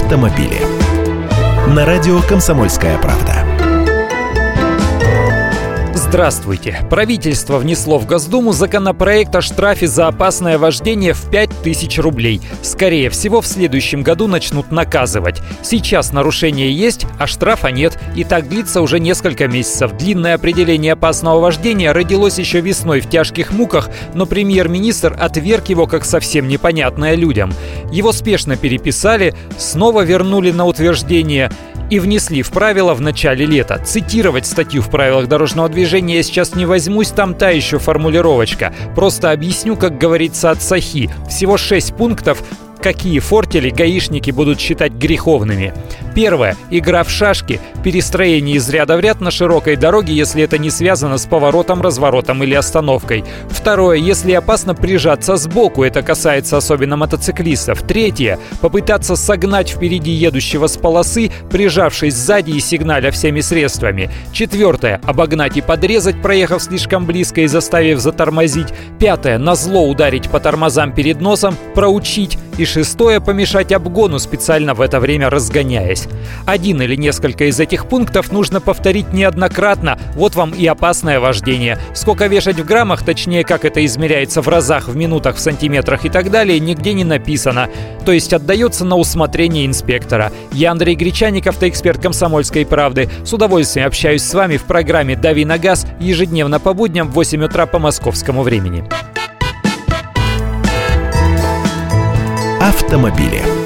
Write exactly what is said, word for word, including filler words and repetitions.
автомобили. На радио «Комсомольская правда». Здравствуйте. Правительство внесло в Госдуму законопроект о штрафе за опасное вождение в пять тысяч рублей. Скорее всего, в следующем году начнут наказывать. Сейчас нарушение есть, а штрафа нет. И так длится уже несколько месяцев. Длинное определение опасного вождения родилось еще весной в тяжких муках, но премьер-министр отверг его как совсем непонятное людям. Его спешно переписали, снова вернули на утверждение и внесли в правила в начале лета. Цитировать статью в правилах дорожного движения я сейчас не возьмусь, там та еще формулировочка. Просто объясню, как говорится от Сахи. Всего шесть пунктов, какие фортели гаишники будут считать греховными. Первое. Игра в шашки. Перестроение из ряда в ряд на широкой дороге, если это не связано с поворотом, разворотом или остановкой. Второе. Если опасно прижаться сбоку. Это касается особенно мотоциклистов. Третье. Попытаться согнать впереди едущего с полосы, прижавшись сзади и сигналя всеми средствами. Четвертое. Обогнать и подрезать, проехав слишком близко и заставив затормозить. Пятое. Назло ударить по тормозам перед носом, проучить. И шестое – помешать обгону, специально в это время разгоняясь. Один или несколько из этих пунктов нужно повторить неоднократно. Вот вам и опасное вождение. Сколько вешать в граммах, точнее, как это измеряется в разах, в минутах, в сантиметрах и так далее, нигде не написано. То есть отдается на усмотрение инспектора. Я Андрей Гречаник, автоэксперт «Комсомольской правды». С удовольствием общаюсь с вами в программе «Дави на газ» ежедневно по будням в восемь утра по московскому времени. Автомобили.